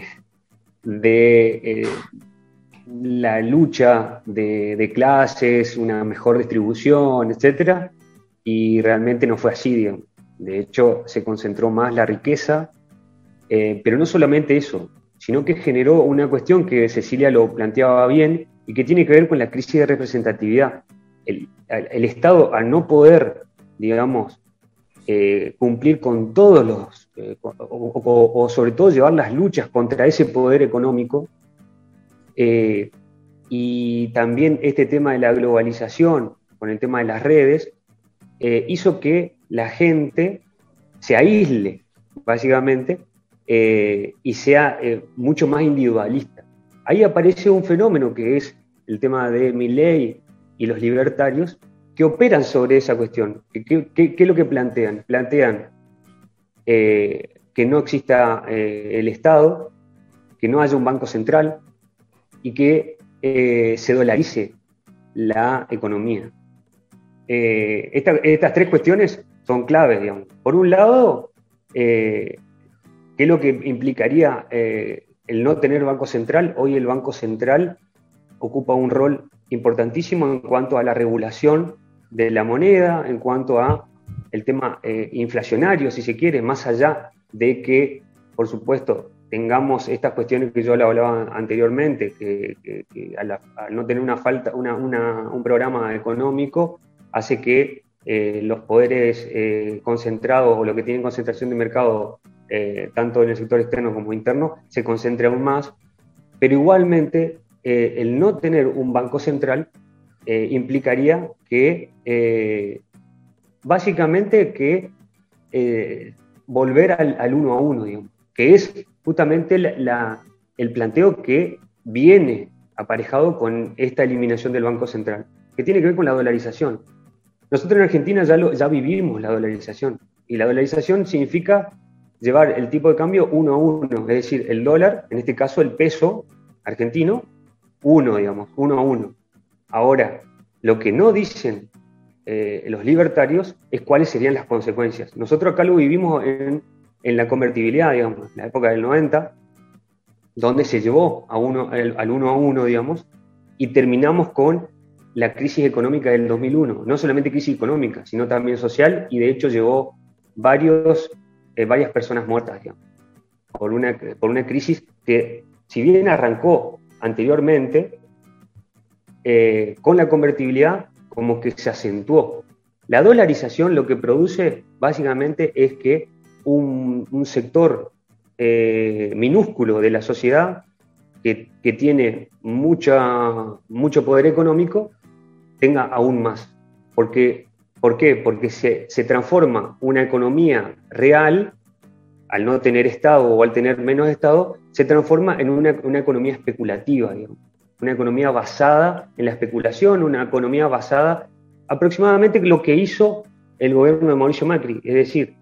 la lucha de clases, una mejor distribución, etcétera, y realmente no fue así, digamos. De hecho, se concentró más la riqueza, pero no solamente eso, sino que generó una cuestión que Cecilia lo planteaba bien y que tiene que ver con la crisis de representatividad. El Estado, al no poder, digamos, cumplir con todos los, o sobre todo llevar las luchas contra ese poder económico, y también este tema de la globalización, con el tema de las redes, hizo que la gente se aísle, básicamente, y sea mucho más individualista. Ahí aparece un fenómeno que es el tema de Milei y los libertarios, que operan sobre esa cuestión. ¿Qué es lo que plantean? Plantean que no exista el Estado, que no haya un banco central y que se dolarice la economía. Estas tres cuestiones son claves, digamos. Por un lado, ¿qué es lo que implicaría el no tener banco central? Hoy el Banco Central ocupa un rol importantísimo en cuanto a la regulación de la moneda, en cuanto a el tema inflacionario, si se quiere, más allá de que, por supuesto, tengamos estas cuestiones que yo le hablaba anteriormente, que al no tener un programa económico, hace que los poderes concentrados o los que tienen concentración de mercado, tanto en el sector externo como interno, se concentre aún más, pero igualmente el no tener un banco central implicaría que básicamente que volver al uno a uno, digamos, que es justamente el planteo que viene aparejado con esta eliminación del Banco Central, que tiene que ver con la dolarización. Nosotros en Argentina ya vivimos la dolarización, y la dolarización significa llevar el tipo de cambio uno a uno, es decir, el dólar, en este caso el peso argentino, uno a uno. Ahora, lo que no dicen los libertarios es cuáles serían las consecuencias. Nosotros acá lo vivimos en la convertibilidad, digamos, en la época del 90, donde se llevó al uno a uno, digamos, y terminamos con la crisis económica del 2001. No solamente crisis económica, sino también social, y de hecho llevó varias personas muertas, digamos, por una crisis que, si bien arrancó anteriormente, con la convertibilidad, como que se acentuó. La dolarización lo que produce básicamente es que un sector minúsculo de la sociedad que tiene mucho poder económico tenga aún más. ¿Por qué? Porque se transforma una economía real, al no tener Estado o al tener menos Estado, se transforma en una economía especulativa, digamos. Una economía basada en la especulación, una economía basada aproximadamente en lo que hizo el gobierno de Mauricio Macri. Es decir,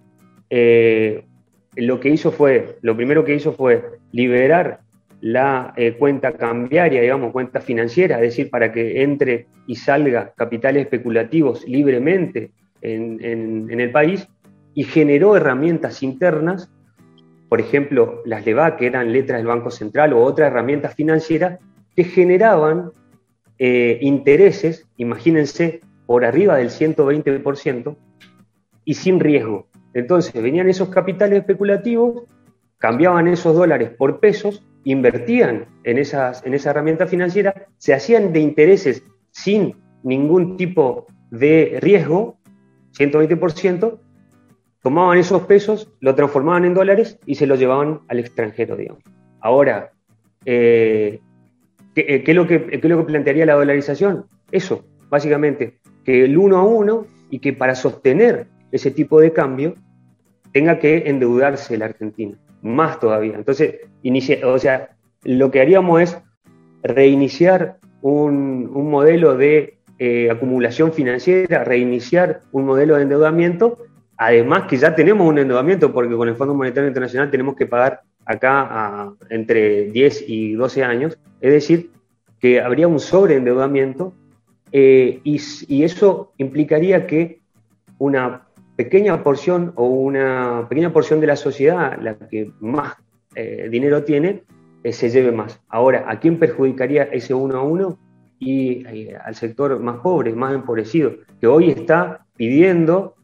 lo primero que hizo fue liberar la cuenta cambiaria, digamos, cuenta financiera, es decir, para que entre y salga capitales especulativos libremente en el país, y generó herramientas internas, por ejemplo, las LEVAC, que eran letras del Banco Central, o otras herramientas financieras, que generaban intereses, imagínense, por arriba del 120% y sin riesgo. Entonces venían esos capitales especulativos, cambiaban esos dólares por pesos, invertían en esa herramienta financiera, se hacían de intereses sin ningún tipo de riesgo, 120%, tomaban esos pesos, lo transformaban en dólares y se los llevaban al extranjero, digamos. Ahora, ¿qué es lo que plantearía la dolarización? Eso, básicamente, que el uno a uno, y que para sostener ese tipo de cambio tenga que endeudarse la Argentina, más todavía. Entonces, lo que haríamos es reiniciar un modelo de acumulación financiera, reiniciar un modelo de endeudamiento, además que ya tenemos un endeudamiento, porque con el Fondo Monetario Internacional tenemos que pagar acá entre 10 y 12 años, es decir, que habría un sobreendeudamiento, y eso implicaría que una pequeña porción de la sociedad, la que más dinero tiene, se lleve más. Ahora, ¿a quién perjudicaría ese uno a uno? Y al sector más pobre, más empobrecido, que hoy está pidiendo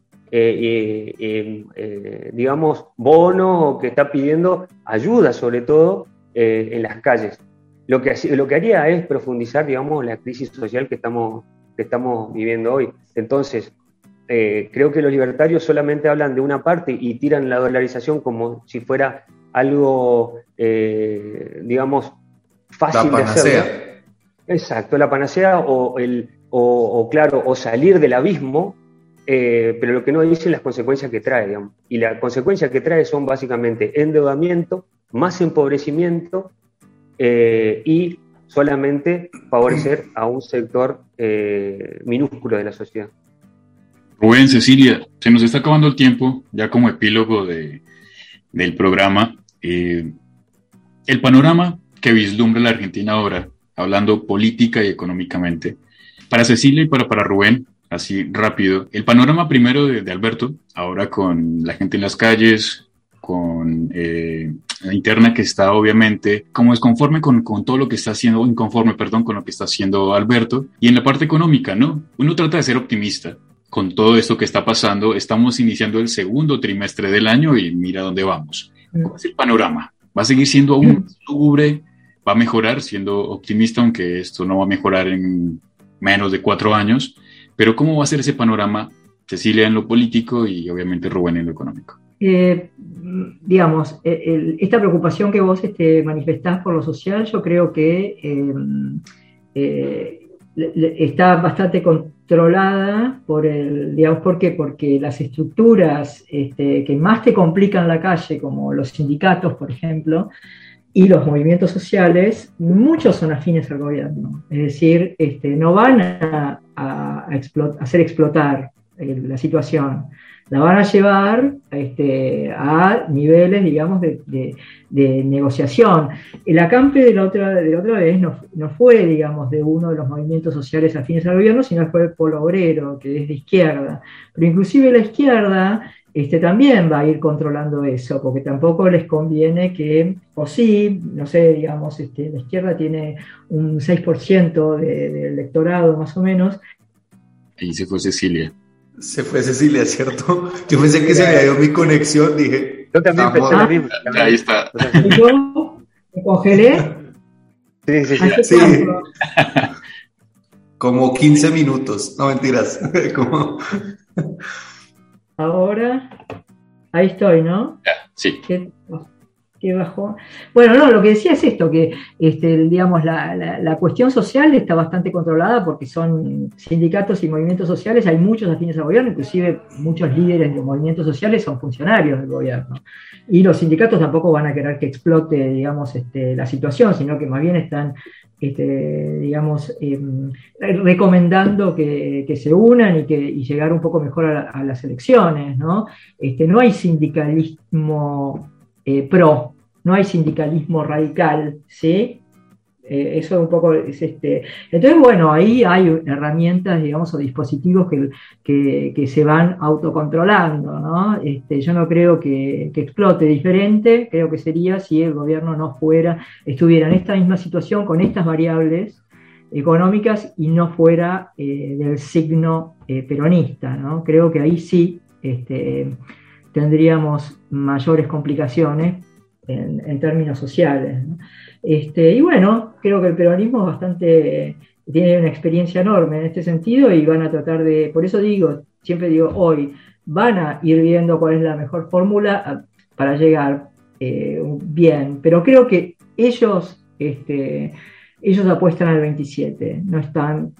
digamos, bono, o que está pidiendo ayuda, sobre todo en las calles. Lo que haría es profundizar, digamos, la crisis social que estamos viviendo hoy. Entonces, creo que los libertarios solamente hablan de una parte y tiran la dolarización como si fuera algo, digamos, fácil de hacer. Exacto, la panacea, o salir del abismo pero lo que no dicen las consecuencias que trae, digamos. Y las consecuencias que trae son básicamente endeudamiento, más empobrecimiento y solamente favorecer a un sector minúsculo de la sociedad. Rubén, Cecilia, se nos está acabando el tiempo, ya como epílogo del programa. El panorama que vislumbra la Argentina ahora, hablando política y económicamente, para Cecilia y para Rubén, así rápido, el panorama primero de Alberto, ahora con la gente en las calles, con la interna que está obviamente como desconforme con todo lo que está haciendo, inconforme, perdón, con lo que está haciendo Alberto, y en la parte económica, ¿no? Uno trata de ser optimista con todo esto que está pasando. Estamos iniciando el segundo trimestre del año y mira dónde vamos. ¿Cómo es el panorama? ¿Va a seguir siendo aún lúgubre? ¿Va a mejorar? Siendo optimista, aunque esto no va a mejorar en menos de 4 años. Pero ¿cómo va a ser ese panorama, Cecilia, en lo político y obviamente Rubén en lo económico? Digamos, esta preocupación que vos manifestás por lo social, yo creo que está bastante controlada por digamos, ¿por qué? Porque las estructuras que más te complican la calle, como los sindicatos, por ejemplo, y los movimientos sociales, muchos son afines al gobierno. Es decir, no van a hacer explotar la situación, la van a llevar a niveles, digamos, de negociación. El acampe de la otra vez no fue, digamos, de uno de los movimientos sociales afines al gobierno, sino fue el Polo Obrero, que es de izquierda. Pero inclusive la izquierda también va a ir controlando eso, porque tampoco les conviene que, o sí, no sé, digamos, la izquierda tiene un 6% del electorado más o menos. Ahí se fue Cecilia. Se fue Cecilia, ¿cierto? Yo pensé que se había ido mi conexión, dije... Yo también pensé lo mismo. Ahí está. ¿Y yo me congelé? Sí. Como 15 minutos, no mentiras. Ahora, ahí estoy, ¿no? Sí. ¿Qué bajó? Bueno, no, lo que decía es esto, que digamos, la cuestión social está bastante controlada porque son sindicatos y movimientos sociales, hay muchos afines al gobierno, inclusive muchos líderes de movimientos sociales son funcionarios del gobierno. Y los sindicatos tampoco van a querer que explote, digamos, la situación, sino que más bien están, digamos, recomendando que se unan y llegar un poco mejor a las elecciones, ¿no? No hay sindicalismo no hay sindicalismo radical, ¿sí? Eso un poco es Entonces, bueno, ahí hay herramientas, digamos, o dispositivos que se van autocontrolando, ¿no? Yo no creo que explote diferente, creo que sería si el gobierno estuviera en esta misma situación con estas variables económicas y no fuera del signo peronista, ¿no? Creo que ahí sí tendríamos mayores complicaciones en términos sociales, ¿no? Y bueno, creo que el peronismo tiene una experiencia enorme en este sentido y van a tratar por eso siempre digo hoy, van a ir viendo cuál es la mejor fórmula para llegar bien, pero creo que ellos apuestan al 27, no están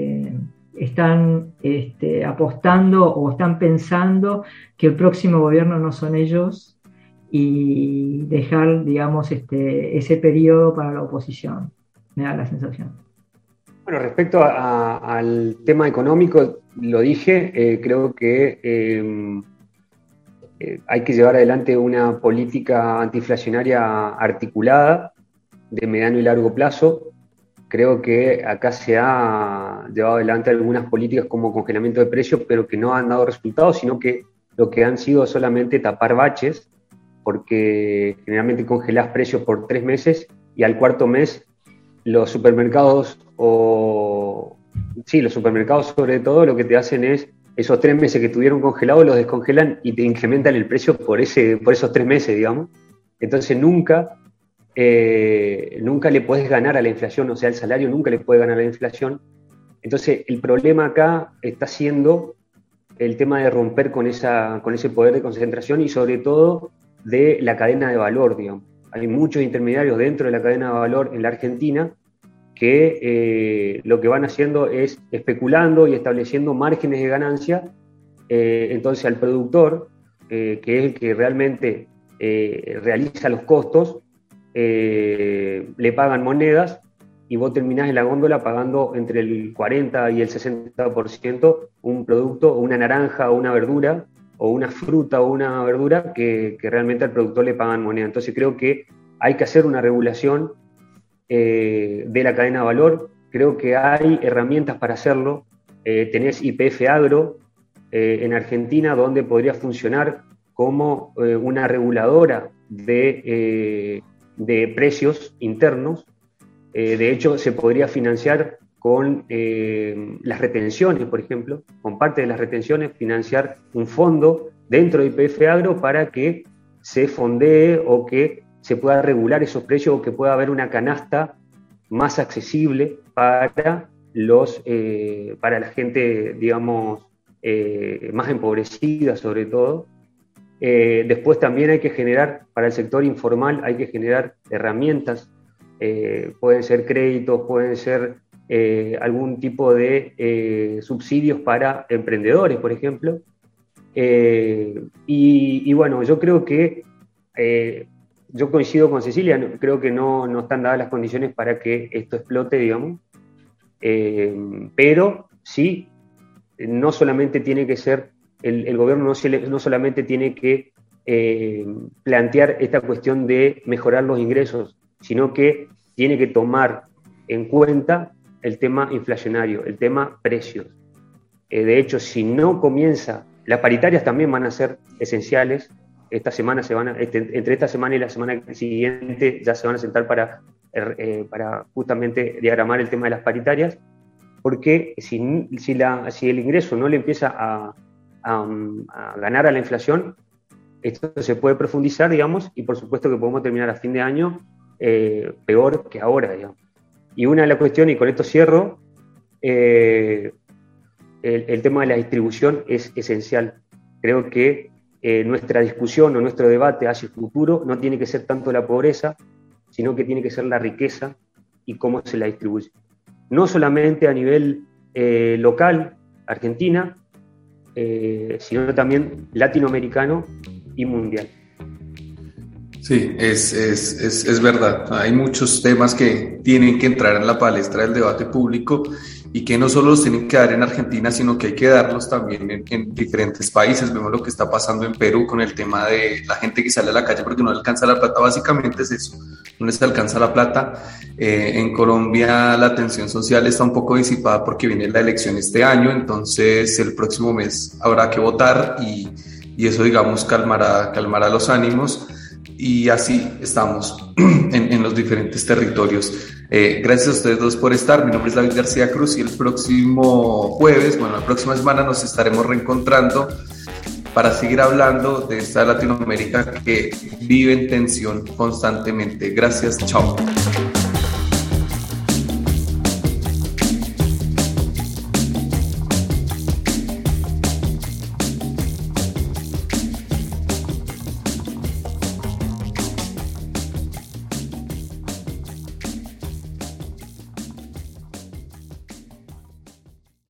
apostando o están pensando que el próximo gobierno no son ellos y dejar, digamos, ese periodo para la oposición. Me da la sensación. Bueno, respecto al tema económico, lo dije, creo que hay que llevar adelante una política antiinflacionaria articulada de mediano y largo plazo. Creo que acá se ha llevado adelante algunas políticas como congelamiento de precios, pero que no han dado resultados, sino que lo que han sido solamente tapar baches, porque generalmente congelás precios por 3 meses y al cuarto mes los supermercados, los supermercados sobre todo, lo que te hacen es esos 3 meses que estuvieron congelados los descongelan y te incrementan el precio por esos 3 meses, digamos. Entonces nunca le puedes ganar a la inflación, o sea, el salario nunca le puede ganar a la inflación. Entonces, el problema acá está siendo el tema de romper con ese poder de concentración y sobre todo de la cadena de valor, digamos. Hay muchos intermediarios dentro de la cadena de valor en la Argentina que lo que van haciendo es especulando y estableciendo márgenes de ganancia entonces al productor, que es el que realmente realiza los costos, le pagan monedas y vos terminás en la góndola pagando entre el 40 y el 60% un producto, una naranja o una verdura, o una fruta o una verdura que realmente al productor le pagan moneda. Entonces creo que hay que hacer una regulación de la cadena de valor. Creo que hay herramientas para hacerlo. Tenés YPF Agro en Argentina, donde podría funcionar como una reguladora de precios internos. De hecho, se podría financiar con las retenciones, por ejemplo, con parte de las retenciones, financiar un fondo dentro de YPF Agro para que se fondee o que se pueda regular esos precios, o que pueda haber una canasta más accesible para la gente, digamos, más empobrecida sobre todo. Después también hay que generar, para el sector informal, hay que generar herramientas, pueden ser créditos, pueden ser algún tipo de subsidios para emprendedores, por ejemplo. Y bueno, yo creo que yo coincido con Cecilia, creo que no están dadas las condiciones para que esto explote, digamos, pero sí, no solamente tiene que ser, el gobierno no solamente tiene que plantear esta cuestión de mejorar los ingresos, sino que tiene que tomar en cuenta el tema inflacionario, el tema precios. De hecho, si no comienza, las paritarias también van a ser esenciales. Esta semana entre esta semana y la semana siguiente ya se van a sentar para justamente diagramar el tema de las paritarias, porque si el ingreso no le empieza a ganar a la inflación, esto se puede profundizar, digamos, y por supuesto que podemos terminar a fin de año peor que ahora, digamos. Y una de las cuestiones, y con esto cierro, el tema de la distribución es esencial. Creo que nuestra discusión o nuestro debate hacia el futuro no tiene que ser tanto la pobreza, sino que tiene que ser la riqueza y cómo se la distribuye. No solamente a nivel local, Argentina, sino también latinoamericano y mundial. Sí, es verdad. Hay muchos temas que tienen que entrar en la palestra del debate público y que no solo los tienen que dar en Argentina, sino que hay que darlos también en diferentes países. Vemos lo que está pasando en Perú con el tema de la gente que sale a la calle porque no le alcanza la plata. Básicamente es eso, no les alcanza la plata. En Colombia la tensión social está un poco disipada porque viene la elección este año, entonces el próximo mes habrá que votar y eso, digamos, calmará los ánimos. Y así estamos en los diferentes territorios. Gracias a ustedes dos por estar. Mi nombre es David García Cruz y el próximo jueves, la próxima semana nos estaremos reencontrando para seguir hablando de esta Latinoamérica que vive en tensión constantemente. Gracias, chao.